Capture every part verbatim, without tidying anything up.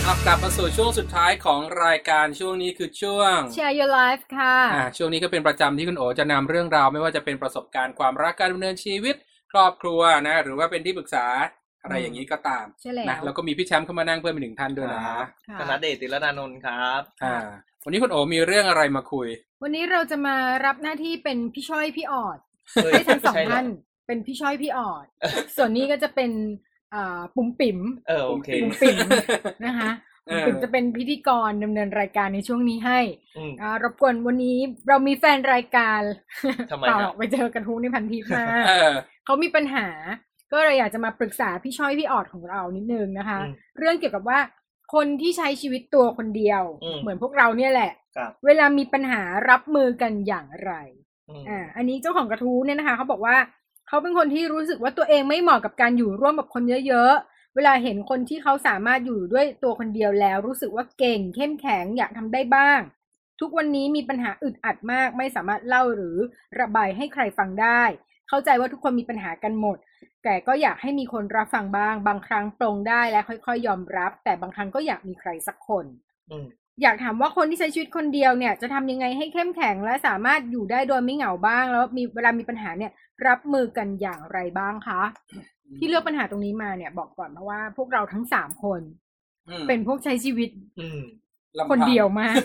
กลับมาสู่ช่วงสุดท้ายของรายการช่วงนี้คือช่วง Share Your Life ค่ะอ่าช่วงนี้ก็เป็นประจำที่คุณโอจะนำเรื่องราวไม่ว่าจะเป็นประสบการณ์ความรักการดำเนินชีวิตครอบครัวนะหรือว่าเป็นที่ปรึกษาอะไรอย่างนี้ก็ตามนะแล้วก็มีพี่แชมป์เข้ามานั่งเพิ่มอีกหนึ่งท่านด้วยนะธนเดช ติรนานนท์ครับอ่าวันนี้คุณโอมีเรื่องอะไรมาคุยวันนี้เราจะมารับหน้าที่เป็นพี่ช้อยพี่ออดให้ทั้งสองท่านเป็นพี่ช้อยพี่ออดส่วนนี้ก็จะเป็นอ่าปุ๋มปิ๋มเออโอเคปุ๋มปิ๋มนะคะปุ๋มจะเป็นพิธีกรดำเนินรายการในช่วงนี้ให้อ่ารบกวนวันนี้เรามีแฟนรายการต่อไปเจอกระทู้ในพันทิปมาเขามีปัญหาก็เลยอยากจะมาปรึกษาพี่ช้อยพี่ออดของเรานิดนึงนะคะเรื่องเกี่ยวกับว่าคนที่ใช้ชีวิตตัวคนเดียวเหมือนพวกเราเนี่ยแหละเวลามีปัญหารับมือกันอย่างไรอ่าอันนี้เจ้าของกระทู้เนี่ยนะคะเขาบอกว่าเขาเป็นคนที่รู้สึกว่าตัวเองไม่เหมาะกับการอยู่ร่วมกับคนเยอะๆเวลาเห็นคนที่เขาสามารถอยู่ด้วยตัวคนเดียวแล้วรู้สึกว่าเก่งเข้มแข็งอยากทำได้บ้างทุกวันนี้มีปัญหาอึดอัดมากไม่สามารถเล่าหรือระบายให้ใครฟังได้เข้าใจว่าทุกคนมีปัญหากันหมดแต่ก็อยากให้มีคนรับฟังบ้างบางครั้งปลงได้และค่อยๆยอมรับแต่บางครั้งก็อยากมีใครสักคนอยากถามว่าคนที่ใช้ชีวิตคนเดียวเนี่ยจะทำยังไงให้เข้มแข็งและสามารถอยู่ได้โดยไม่เหงาบ้างแล้วมีเวลามีปัญหาเนี่ยรับมือกันอย่างไรบ้างคะที่เลือกปัญหาตรงนี้มาเนี่ยบอกก่อนเพราะว่าพวกเราทั้งสามคนเป็นพวกใช้ชีวิตคนเดียวมาก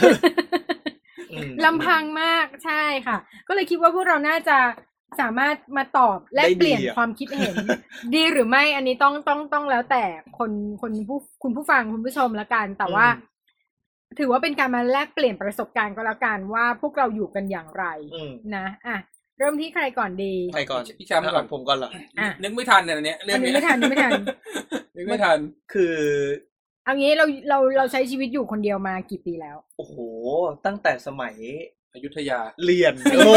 ลำพังมากใช่ค่ะก็เลยคิดว่าพวกเราน่าจะสามารถมาตอบและเปลี่ยนความคิดเห็นดีหรือไม่อันนี้ต้องต้องต้องแล้วแต่คนคนผู้คุณผู้ฟังคุณผู้ชมละกันแต่ว่าถือว่าเป็นการมาแลกเปลี่ยนประสบการณ์ก็แล้วกันว่าพวกเราอยู่กันอย่างไรนะอ่ะเริ่มที่ใครก่อนดีใครก่อนพี่แชมป์ก่อนผมก่อนเหรอนึกไม่ทันเนี่ยอันนี้เรื่องนี้ไม่ทันนึกไม่ทันนึกไม่ทันคือเอางี้เราเราเราใช้ชีวิตอยู่คนเดียวมากี่ปีแล้วโอ้โหตั้งแต่สมัยอยุธยาเรียน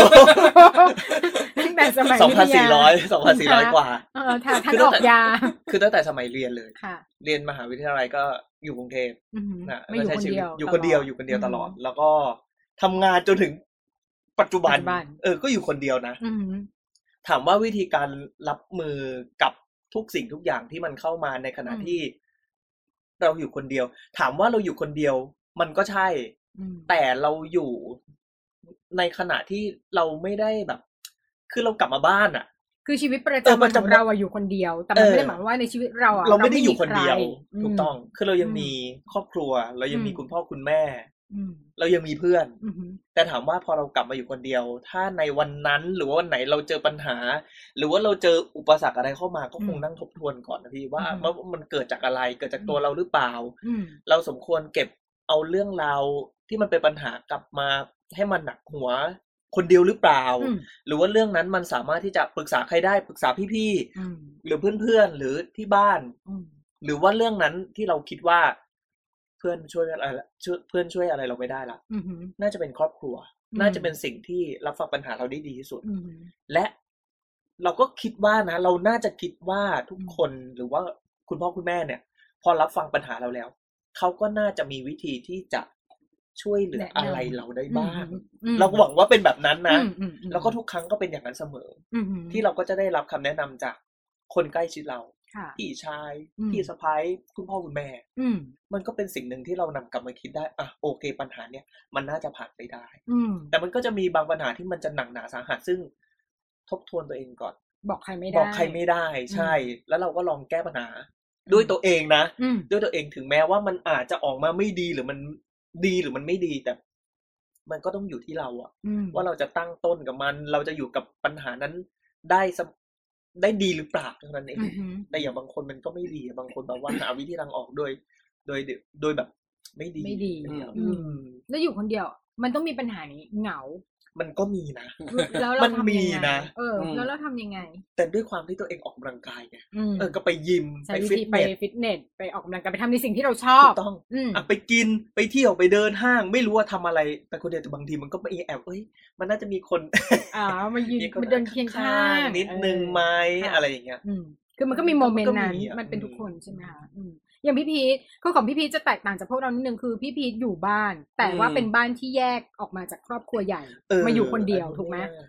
ตั้งแต่สมัยสองพันสี่ร้อย สองพันสี่ร้อยกว่าเออถ้าท่านออกยาคือตั้งแต่สมัยเรียนเลยค่ะเรียนมหาวิทยาลัยก็อยู่กรุงเทพนะไม่อยู่คนเดียวอยู่คนเดียวอยู่คนเดียวตลอดแล้วก็ทำงานจนถึงปัจจุบันเออก็อยู่คนเดียวนะถามว่าวิธีการรับมือกับทุกสิ่งทุกอย่างที่มันเข้ามาในขณะที่เราอยู่คนเดียวถามว่าเราอยู่คนเดียวมันก็ใช่แต่เราอยู่ในขณะที่เราไม่ได้แบบคือเรากลับมาบ้านอ่ะคือชีวิตประจำวันของเราอะอยู่คนเดียวแต่มันไม่ได้หมายว่าในชีวิตเราอะเราไม่ได้อยู่คนเดียวถูกต้องคือเรายังมีครอบครัวเรายังมีคุณพ่อคุณแม่เรายังมีเพื่อนแต่ถามว่าพอเรากลับมาอยู่คนเดียวถ้าในวันนั้นหรือว่าวันไหนเราเจอปัญหาหรือว่าเราเจออุปสรรคอะไรเข้ามาก็คงนั่งทบทวนก่อนนะพี่ว่ามันเกิดจากอะไรเกิดจากตัวเราหรือเปล่าเราสมควรเก็บเอาเรื่องราวที่มันเป็นปัญหากลับมาให้มันหนักหัวคนเดียวหรือเปล่าหรือว่าเรื่องนั้นมันสามารถที่จะปรึกษาใครได้ปรึกษาพี่ๆหรือเพื่อนๆหรือที่บ้านหรือว่าเรื่องนั้นที่เราคิดว่าเพื่อนช่วยอะไรเพื่อนช่วยอะไรเราไม่ได้ละน่าจะเป็นครอบครัวน่าจะเป็นสิ่งที่รับฟังปัญหาเราได้ดีที่สุดและเราก็คิดว่านะเราน่าจะคิดว่าทุกคนหรือว่าคุณพ่อคุณแม่เนี่ยพอรับฟังปัญหาเราแล้วเขาก็น่าจะมีวิธีที่จะช่วยเหลืออะไรเราได้บ้างเราหวังว่าเป็นแบบนั้นนะแล้วก็ทุกครั้งก็เป็นอย่างนั้นเสมอที่เราก็จะได้รับคำแนะนำจากคนใกล้ชิดเราพี่ชายพี่สะใภ้คุณพ่อคุณแม่มันก็เป็นสิ่งหนึ่งที่เรานำกลับมาคิดได้อ่ะโอเคปัญหาเนี้ยมันน่าจะผ่านไปได้แต่มันก็จะมีบางปัญหาที่มันจะหนักหนาสาหัสซึ่งทบทวนตัวเองก่อนบอกใครไม่ได้บอกใครไม่ได้ใช่แล้วเราก็ลองแก้ปัญหาด้วยตัวเองนะด้วยตัวเองถึงแม้ว่ามันอาจจะออกมาไม่ดีหรือมันดีหรือมันไม่ดีแต่มันก็ต้องอยู่ที่เราอะว่าเราจะตั้งต้นกับมันเราจะอยู่กับปัญหานั้นได้ได้ดีหรือเปล่าเท่านั้นเองแต่อย่างบางคนมันก็ไม่ดีบางคนแบบว่าหาวิธีทางออกโดยโดยโดยแบบไม่ดีไม่ดีแล้วอยู่คนเดียวมันต้องมีปัญหานี้เหงามันก็มีนะแล้วเราทำยังไงเออแล้วเราทำยังไงแต่ด้วยความที่ตัวเองออกกำลังกายไงเออก็ไปยิมไปฟิตเนสไปฟิตเนสไปออกกำลังกายไปทำในสิ่งที่เราชอบถูกต้องอ่ะไปกินไปเที่ยวไปเดินห้างไม่รู้ว่าทำอะไรไปคนเดียวแต่บางทีมันก็ไปแอบเอ้ยมันน่าจะมีคนอ่ามายืนมาเดินเคียงข้างนิดนึงไหมอะไรอย่างเงี้ยคือมันก็มีโมเมนต์นั้นมันเป็นทุกคนใช่ไหมคะอย่างพี่พีทคือของพี่พีทจะแตกต่างจากพวกเรานิดนึงคือพี่พีทอยู่บ้านแต่ว่าเป็นบ้านที่แยกออกมาจากครอบครัวใหญ่มาอยู่คนเดียวถูกไหม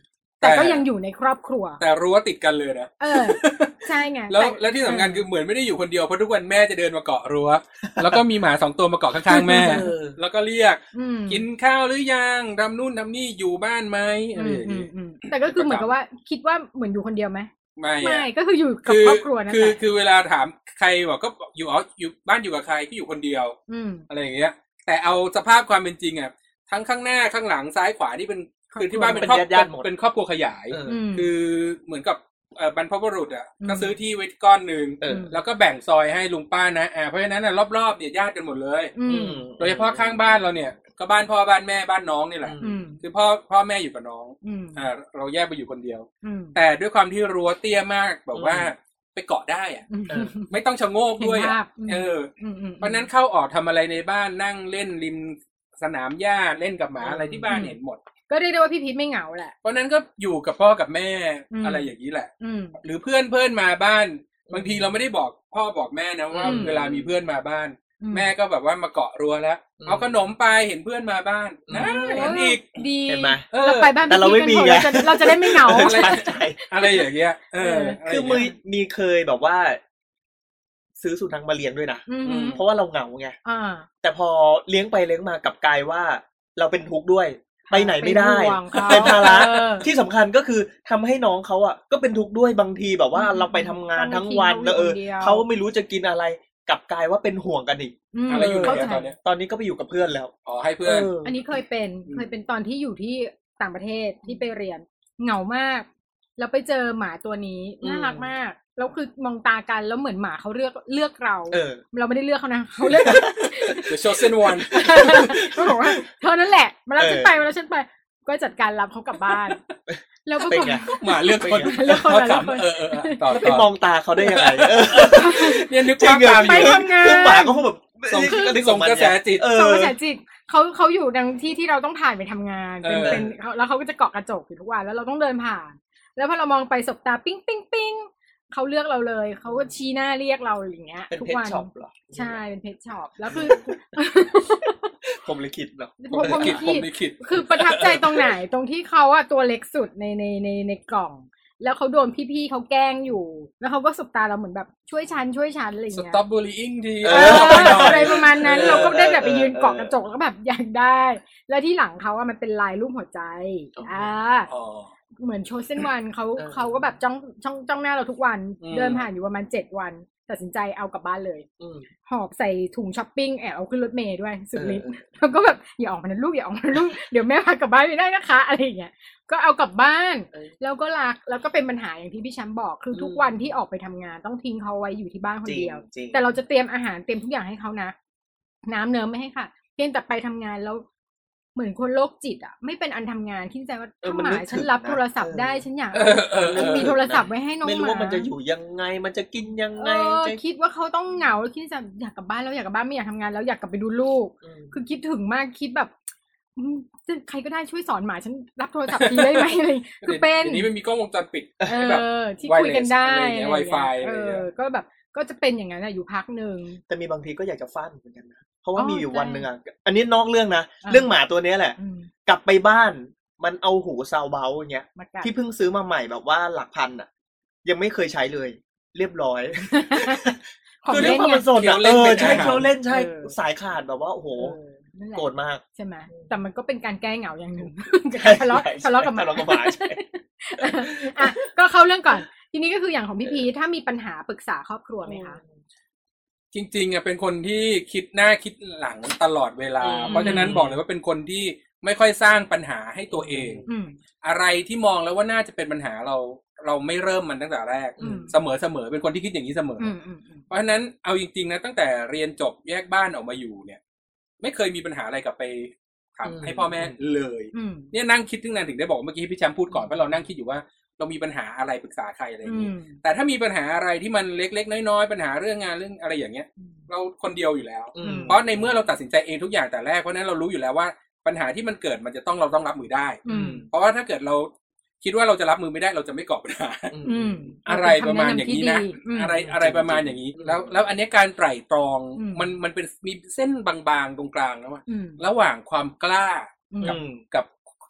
แต่ก็ยังอยู่ในครอบครัวแต่รั้วติดกันเลยนะเออใช่ไงแล้วแล้วที่สำคัญคือเหมือนไม่ได้อยู่คนเดียวเพราะทุกวันแม่จะเดินมาเกาะรั้วแล้วก็มีหมาสองตัวมาเกาะข้างๆแม่แล้วก็เรียกกินข้าวหรือยังทำนู่นทำนี่อยู่บ้านไหมอะไรอย่างนี้แต่ก็คือเหมือนกับว่าคิดว่าเหมือนอยู่คนเดียวไหมไม่ไม่ก็คืออยู่กับครอบครัวนั่นแหละคือคือเวลาถามใครบอกก็อยู่อ๋ออยู่บ้านอยู่กับใครก็อยู่คนเดียวอะไรอย่างเงี้ยแต่เอาสภาพความเป็นจริงอ่ะทั้งข้างหน้าข้างหลังซ้ายขวานี่เป็นคือที่บ้านเป็นครอบเป็นครอบครัวขยายคือเหมือนกับบรรพบุรุษอ่ะก็ซื้อที่ไว้ก้อนนึงแล้วก็แบ่งซอยให้ลุงป้านะอ่าเพราะฉะนั้นน่ะรอบๆเนี่ยญาติกันหมดเลยโดยเฉพาะข้างบ้านเราเนี่ยก็บ้านพ่อบ้านแม่บ้านน้องนี่แหละคือพ่อพ่อแม่อยู่กับน้องอ่าเราแยกไปอยู่คนเดียวแต่ด้วยความที่รั้วเตี้ยมากแบบว่าไปเกาะได้อ่ะไม่ต้องชะโงกด้วยอ่ะเออเพราะนั้นเข้าออกทำอะไรในบ้านนั่งเล่นริมสนามหญ้าเล่นกับหมาอะไรที่บ้านเห็นหมดก็เรียกได้ว่าพี่พีทไม่เหงาแหละเพราะนั้นก็อยู่กับพ่อกับแม่อะไรอย่างนี้แหละหรือเพื่อนเพื่อนมาบ้านบางทีเราไม่ได้บอกพ่อบอกแม่นะว่าเวลามีเพื่อนมาบ้านแม่ก็แบบว่ามาเกาะรั้วแล้วเอาขนมไปเห็นเพื่อนมาบ้านนะเห็นอีกดีเห็นไหมเราไปบ้านแต่เราไม่มีไงเราจะได้ไม่เหงาอะไรอย่างเงี้ยเออคือมีมีเคยแบบว่าซื้อสุนัขมาเลี้ยงด้วยนะเพราะว่าเราเหงาไงแต่พอเลี้ยงไปเลี้ยงมากลับกลายว่าเราเป็นทุกข์ด้วยไปไหนไม่ได้เป็นภาระที่สำคัญก็คือทำให้น้องเขาอ่ะก็เป็นทุกข์ด้วยบางทีแบบว่าเราไปทำงานทั้งวันเออเขาไม่รู้จะกินอะไรกลับกลายว่าเป็นห่วงกันอีกอะไรอยู่ไหนตอนนี้ตอนนี้ก็ไปอยู่กับเพื่อนแล้วอ๋อให้เพื่อนอันนี้เคยเป็นเคยเป็นตอนที่อยู่ที่ต่างประเทศที่ไปเรียนเหงามากแล้วไปเจอหมาตัวนี้น่ารักมากแล้วคือมองตากันแล้วเหมือนหมาเขาเลือกเลือกเราเราไม่ได้เลือกเขานะเขาเลือก The chosen one เขาบอกว่าเธอนั่นแหละมาแล้วฉันไปมาแล้วฉันไปก็จัดการรับเขากลับบ้านแล้วก็ผมหมาเลือกคนเลือกคนแล้วเออๆต่อๆไปมองตาเขาได้ยังไงเนี่ยนึกภาพตามอยู่คือหมาเขาแบบส่งส่งกระแสจิตส่งกระแสจิตเขาเขาอยู่ดังที่ที่เราต้องผ่านไปทำงานเป็นเป็นแล้วเขาก็จะเกาะกระจกอยู่ทุกวันแล้วเราต้องเดินผ่านแล้วพอเรามองไปสบตาปิ้งปิ้งปิ้งเขาเลือกเราเลยเขาก็ชี้หน้าเรียกเราอย่างเงี้ยทุกวันช็อปเหรอใช่เป็นเพชช็อปแล้วคือผมลิขิตเหรอผมลิขิตคือประทับใจตรงไหนตรงที่เขาอะตัวเล็กสุดในในในในกล่องแล้วเขาโดนพี่ๆเขาแกล้งอยู่แล้วเขาก็สบตาเราเหมือนแบบช่วยฉันช่วยฉันอะไรอย่างเงี้ย Stop bullying ทีอะไรประมาณนั้นเราก็ได้แบบไปยืนเกาะกระจกแล้วก็แบบอยากได้แล้วที่หลังเขาอะมันเป็นลายรูปหัวใจอ่าเหมือนโชเซนวันเขาเขาก็แบบจ้องจ้องจ้องหน้าเราทุกวันเดินผ่านอยู่ประมาณเจ็ดวันตัดสินใจเอากลับบ้านเลยหอบใส่ถุงช้อปปิ้งแอบเอาขึ้นรถเมล์ด้วยสุดฤทธิ์แล้วก็แบบอย่าออกมานะลูกอย่าออกมานะลูกเดี๋ยวแม่พากลับบ้านไม่ได้นะคะอะไรอย่างเงี้ยก็เอากลับบ้านแล้วก็รักแล้วก็เป็นปัญหาอย่างที่พี่แชมป์บอกคือทุกวันที่ออกไปทำงานต้องทิ้งเขาไว้อยู่ที่บ้านคนเดียวแต่เราจะเตรียมอาหารเตรียมทุกอย่างให้เขานะน้ำเนื้อไม่ให้ค่ะเพียงแต่ไปทำงานแล้วเหมือนคนโรคจิตอ่ะไม่เป็นอันทำงานคิดใจว่าถ้าหมาฉันรับโทรศัพท์ได้ฉันอยากมีโทรศัพท์ไว้ให้น้องหมาไม่รู้ว่ามันจะอยู่ยังไงมันจะกินยังไงจะคิดว่าเขาต้องเหงาคิดจะอยากกลับบ้านแล้วอยากกลับบ้านไม่อยากทำงานแล้วอยากกลับไปดูลูกคือคิดถึงมากคิดแบบใครก็ได้ช่วยสอนหมาฉันรับโทรศัพท์ทีได้ไหมอะไรคือเป็นทีนี้มันมีกล้องวงจรปิดแบบที่คุยกันได้ Wi-Fi เออก็แบบก็จะเป็นอย่างนั้นอยู่พักนึงแต่มีบางทีก็อยากจะฟันเหมือนกันนะเพราะว่ามีอยู่วันนึงอ่ะอันนี้นอกเรื่องนะเรื่องหมาตัวนี้แหละกลับไปบ้านมันเอาหูซาวเบาอย่างเงี้ยที่เพิ่งซื้อมาใหม่แบบว่าหลักพันอ่ะยังไม่เคยใช้เลยเรียบร้อยคือด้วยความมันสดเออใช่เขาเล่นใช่สายขาดแบบว่าโอ้โหโกรธมากใช่ไหมแต่มันก็เป็นการแก้เหงาอย่างหนึ่งทะเลาะทะเลาะกับหมาอ่ะก็เข้าเรื่องก่อนทีนี้ก็คืออย่างของพี่พีถ้ามีปัญหาปรึกษาครอบครัวไหมคะจริงๆอ่ะเป็นคนที่คิดหน้าคิดหลังตลอดเวลาเพราะฉะนั้นบอกเลยว่าเป็นคนที่ไม่ค่อยสร้างปัญหาให้ตัวเองอะไรที่มองแล้วว่าน่าจะเป็นปัญหาเราเราไม่เริ่มมันตั้งแต่แรกเสมอเสมอเป็นคนที่คิดอย่างนี้เสมอเพราะฉะนั้นเอาจริงๆนะตั้งแต่เรียนจบแยกบ้านออกมาอยู่เนี่ยไม่เคยมีปัญหาอะไรกับไปทำให้พ่อแม่เลยเนี่ยนั่งคิดถึงนานถึงได้บอกเมื่อกี้พี่แชมป์พูดก่อนเพราะเรานั่งคิดอยู่ว่าเรามีปัญหาอะไรปรึกษาใครอะไรอย่างนี้แต่ถ้ามีปัญหาอะไรที่มันเล็กๆน้อยๆปัญหาเรื่องงานเรื่องอะไรอย่างเงี้ยเราคนเดียวอยู่แล้วเพราะในเมื่อเราตัดสินใจเองทุกอย่างแต่แรกเพราะนั้นเรารู้อยู่แล้วว่าปัญหาที่มันเกิดมันจะต้องเราต้องรับมือได้เพราะว่าถ้าเกิดเราคิดว่าเราจะรับมือไม่ได้เราจะไม่ก่อปัญหาอะไรประมาณอย่างนี้นะอะไรอะไรประมาณอย่างนี้แล้วแล้วอันนี้การไตร่ตรองมันมันเป็นมีเส้นบางๆตรงกลางนะว่าระหว่างความกล้ากับกับ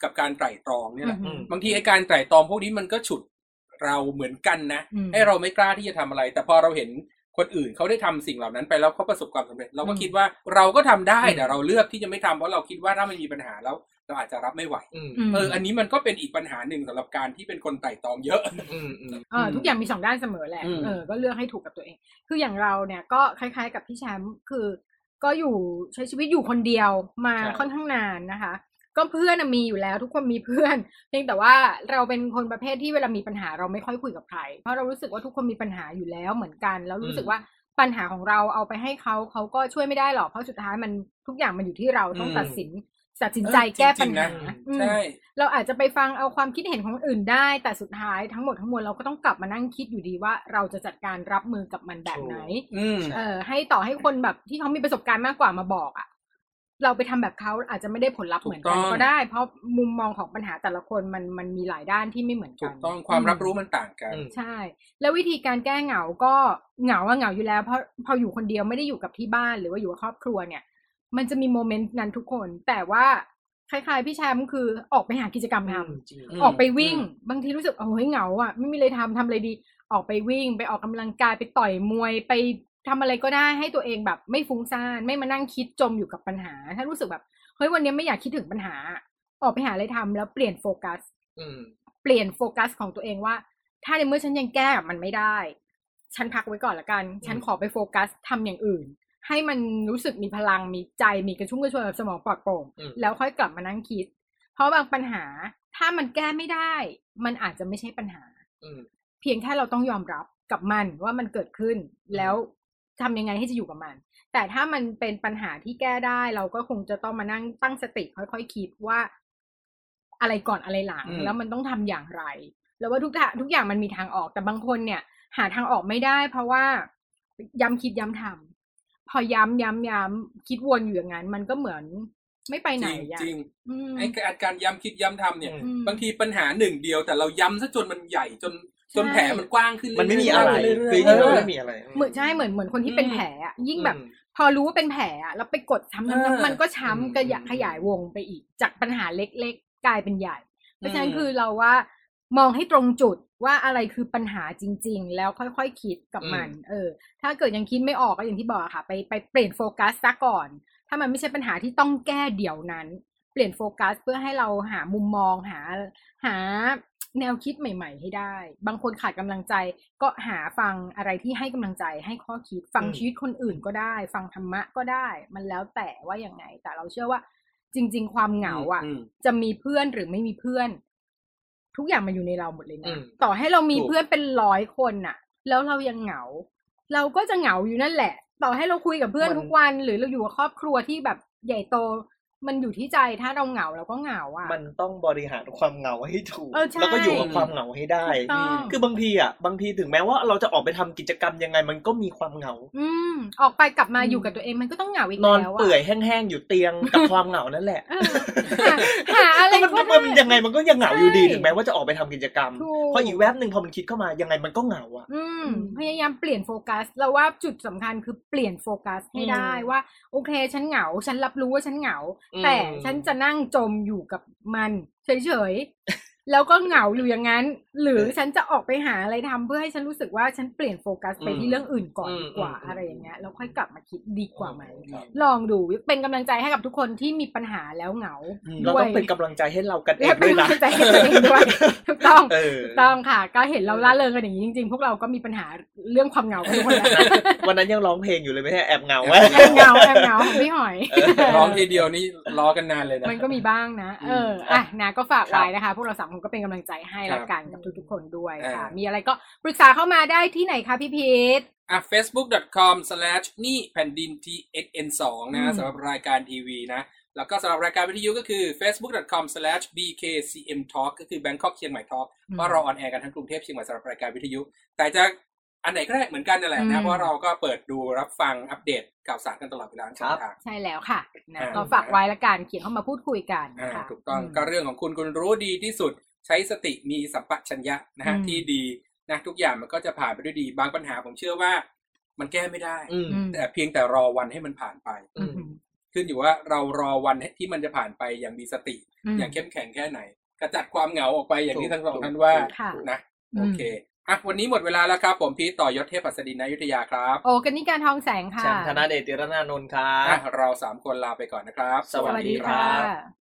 กับการไตร่ตรองเนี่ยแหละบางทีไอ้การไตร่ตรองพวกนี้มันก็ฉุดเราเหมือนกันนะให้เราไม่กล้าที่จะทำอะไรแต่พอเราเห็นคนอื่นเขาได้ทำสิ่งเหล่านั้นไปแล้วเขาประสบความสำเร็จเราก็คิดว่าเราก็ทำได้แต่เราเลือกที่จะไม่ทำเพราะเราคิดว่าถ้ามันมีปัญหาแล้วเราอาจจะรับไม่ไหวเอออันนี้มันก็เป็นอีกปัญหาหนึ่งสำหรับการที่เป็นคนไต่ตองเยอะเออทุกอย่างมีสองด้านเสมอแหละเออก็เลือกให้ถูกกับตัวเองคืออย่างเราเนี่ยก็คล้ายๆกับพี่แชมป์คือก็อยู่ใช้ชีวิตอยู่คนเดียวมาค่อนข้างนานนะคะก็เพื่อนมีอยู่แล้วทุกคนมีเพื่อนเพียงแต่ว่าเราเป็นคนประเภทที่เวลามีปัญหาเราไม่ค่อยคุยกับใครเพราะเรารู้สึกว่าทุกคนมีปัญหาอยู่แล้วเหมือนกันแล้วรู้สึกว่าปัญหาของเราเอาไปให้เขาเขาก็ช่วยไม่ได้หรอกเพราะสุดท้ายมันทุกอย่างมันอยู่ที่เราต้องตัดสินตัดสินใจแก้ปัญหาใช่เราอาจจะไปฟังเอาความคิดเห็นของอื่นได้แต่สุดท้ายทั้งหมดทั้งมวลเราก็ต้องกลับมานั่งคิดอยู่ดีว่าเราจะจัดการรับมือกับมันแบบไหนเออให้ต่อให้คนแบบที่เขามีประสบการณ์มากกว่ามาบอกอ่ะเราไปทำแบบเขาอาจจะไม่ได้ผลลัพธ์เหมือนกันก็ได้เพราะมุมมองของปัญหาแต่ละคนมันมันมีหลายด้านที่ไม่เหมือนกันถูกต้องความรับรู้มันต่างกันใช่แล้ววิธีการแก้เหงาก็เหงาว่าเหงาอยู่แล้วเพราะพออยู่คนเดียวไม่ได้อยู่กับที่บ้านหรือว่าอยู่กับครอบครัวเนี่ยมันจะมีโมเมนต์นั้นทุกคนแต่ว่าคล้ายๆพี่แชมป์คือออกไปหากิจกรรมทำออกไปวิ่งบางทีรู้สึกโอ้ยเหงาอ่ะไม่มีอะไรทำทำอะไรดีออกไปวิ่งไปออกกำลังกายไปต่อยมวยไปทำอะไรก็ได้ให้ตัวเองแบบไม่ฟุ้งซ่านไม่มานั่งคิดจมอยู่กับปัญหาถ้ารู้สึกแบบเฮ้ยวันนี้ไม่อยากคิดถึงปัญหาออกไปหาอะไรทำแล้วเปลี่ยนโฟกัสเปลี่ยนโฟกัสของตัวเองว่าถ้าในเมื่อฉันยังแก้มันไม่ได้ฉันพักไว้ก่อนละกันฉันขอไปโฟกัสทำอย่างอื่นให้มันรู้สึกมีพลังมีใจมีกระชุ่มกระชวยสมองปลอดโปร่งแล้วค่อยกลับมานั่งคิดเพราะบางปัญหาถ้ามันแก้ไม่ได้มันอาจจะไม่ใช่ปัญหาเพียงแค่เราต้องยอมรับกับมันว่ามันเกิดขึ้นแล้วทำยังไงให้จะอยู่กับมันแต่ถ้ามันเป็นปัญหาที่แก้ได้เราก็คงจะต้องมานั่งตั้งสติค่อยๆ ค, คิดว่าอะไรก่อนอะไรหลังแล้วมันต้องทำอย่างไรแล้วว่าทุกทุกอย่างมันมีทางออกแต่บางคนเนี่ยหาทางออกไม่ได้เพราะว่าย้ำคิดย้ำทำพอย้ำย้ำย้ำคิดวนอยู่อย่างนั้นมันก็เหมือนไม่ไปไหนจริงๆไอ้การย้ำคิดย้ำทำเนี่ยบางทีปัญหาหนึ่งเดียวแต่เราย้ำซะจนมันใหญ่จนจนแผลมันกว้างขึ้นมันไม่มีอะไรคือไม่มีอะไรเหมือนใช่เหมือนเหมือนคนที่เป็นแผลอ่ะยิ่งแบบพอรู้ว่าเป็นแผลอ่ะแล้วไปกดช้ำมันก็ช้ำกระยะขยายวงไปอีกจากปัญหาเล็กๆกลายเป็นใหญ่เพราะฉะนั้นคือเราว่ามองให้ตรงจุดว่าอะไรคือปัญหาจริงๆแล้วค่อยๆ ค, คิดกับมันเออถ้าเกิดยังคิดไม่ออกก็อย่างที่บอกค่ะไปไปเปลี่ยนโฟกัสซะก่อนถ้ามันไม่ใช่ปัญหาที่ต้องแก้เดี๋ยวนั้นเปลี่ยนโฟกัสเพื่อให้เราหามุมมองหาหาแนวคิดใหม่ๆให้ได้บางคนขาดกำลังใจก็หาฟังอะไรที่ให้กำลังใจให้ข้อคิดฟังชีวิตคนอื่นก็ได้ฟังธรรมะก็ได้มันแล้วแต่ว่าอย่างไงแต่เราเชื่อว่าจริงๆความเหงาอ่ะจะมีเพื่อนหรือไม่มีเพื่อนทุกอย่างมันอยู่ในเราหมดเลยนะต่อให้เรามีเพื่อนเป็นร้อยคนน่ะแล้วเรายังเหงาเราก็จะเหงาอยู่นั่นแหละต่อให้เราคุยกับเพื่อนทุกวันหรือเราอยู่กับครอบครัวที่แบบใหญ่โตมันอยู่ที่ใจถ้าเราเหงาเราก็เหงาอ่ะมันต้องบริหารความเหงาให้ถูกแล้วก็อยู่กับความเหงาให้ได้คือบางทีอ่ะบางทีถึงแม้ว่าเราจะออกไปทำกิจกรรมยังไงมันก็มีความเหงาอืมออกไปกลับมาอยู่กับตัวเองมันก็ต้องเหงาอีกแล้วนอนเปื่อยแห้งๆอยู่เตียงกับความเหงานั่นแหละหาอะไรมันมันยังไงมันก็ยังเหงาอยู่ดีถึงแม้ว่าจะออกไปทำกิจกรรมพออีกแวบนึงพอมันคิดเข้ามายังไงมันก็เหงาอ่ะพยายามเปลี่ยนโฟกัสเราว่าจุดสำคัญคือเปลี่ยนโฟกัสให้ได้ว่าโอเคฉันเหงาฉันรับรู้ว่าฉันเหงาแต่ฉันจะนั่งจมอยู่กับมันเฉยๆแล้วก็เหงาอยู่อย่างนั้นหรือฉันจะออกไปหาอะไรทำเพื่อให้ฉันรู้สึกว่าฉันเปลี่ยนโฟกัสไปที่เรื่องอื่นก่อนดีกว่าอะไรอย่างเงี้ยแล้วค่อยกลับมาคิดดีกว่าไหมลองดูเป็นกำลังใจให้กับทุกคนที่มีปัญหาแล้วเหงาเราต้องเป็นกำลังใจให้เรากันเองด้วยนะถูกต้องถูกต้องค่ะก็เห็นเราล่าเริงกันอย่างนี้จริงๆพวกเราก็มีปัญหาเรื่องความเหงากันทุกคนแล้ววันนั้นยังร้องเพลงอยู่เลยไม่ใช่แอบเหงาแอบเหงาแอบเหงาพี่หอยร้องทีเดียวนี่ล้อกันนานเลยนะมันก็มีบ้างนะเอออ่ะนะก็ฝากไว้นะคะพวกเราสามคนก็เป็นกำลังใจให้ละกันกับทุกๆคนด้วยค่ะมีอะไรก็ปรึกษาเข้ามาได้ที่ไหนคะพี่พีทอ่ะ เฟซบุ๊ก ดอท คอม สแลช นี่แผ่นดิน ที เอ็กซ์ เอ็น สอง นะสำหรับรายการทีวีนะแล้วก็สำหรับรายการวิทยุก็คือ เฟซบุ๊ก ดอท คอม สแลช บี เค ซี เอ็ม ทอล์ก ก็คือ Bangkok เชียงใหม่ Talk เพราะเราออนแอร์กันทั้งกรุงเทพเชียงใหม่สำหรับรายการวิทยุแต่จะอันไหนก็ได้เหมือนกันนั่นแหละนะเพราะเราก็เปิดดูรับฟังอัปเดตข่าวสารกันตลอดเวลาครับใช่แล้วค่ะนะก็ฝากไว้ละกันเขียนเข้ามาพูดคุยกันค่ะถูกต้องก็เรื่องของคุณคุณรู้ดีที่สุดใช้สติมีสัมปชัญญะนะฮะที่ดีนะทุกอย่างมันก็จะผ่านไปด้วยดีบางปัญหาผมเชื่อว่ามันแก้ไม่ได้แต่เพียงแต่รอวันให้มันผ่านไปขึ้นอยู่ว่าเรารอวันที่มันจะผ่านไปอย่างมีสติอย่างเข้มแข็งแค่ไหนกระจัดความเหงาออกไปอย่างที่ทั้งสองท่านว่านะโอเคอ่ะวันนี้หมดเวลาแล้วครับผมพีทต่อยศเทพหัสดินอยุธยาครับโอ้กันนิการทองแสงค่ะแชมป์ธนาเดชติรนานนท์ครับเราสามคนลาไปก่อนนะครับสวัสดีค่ะ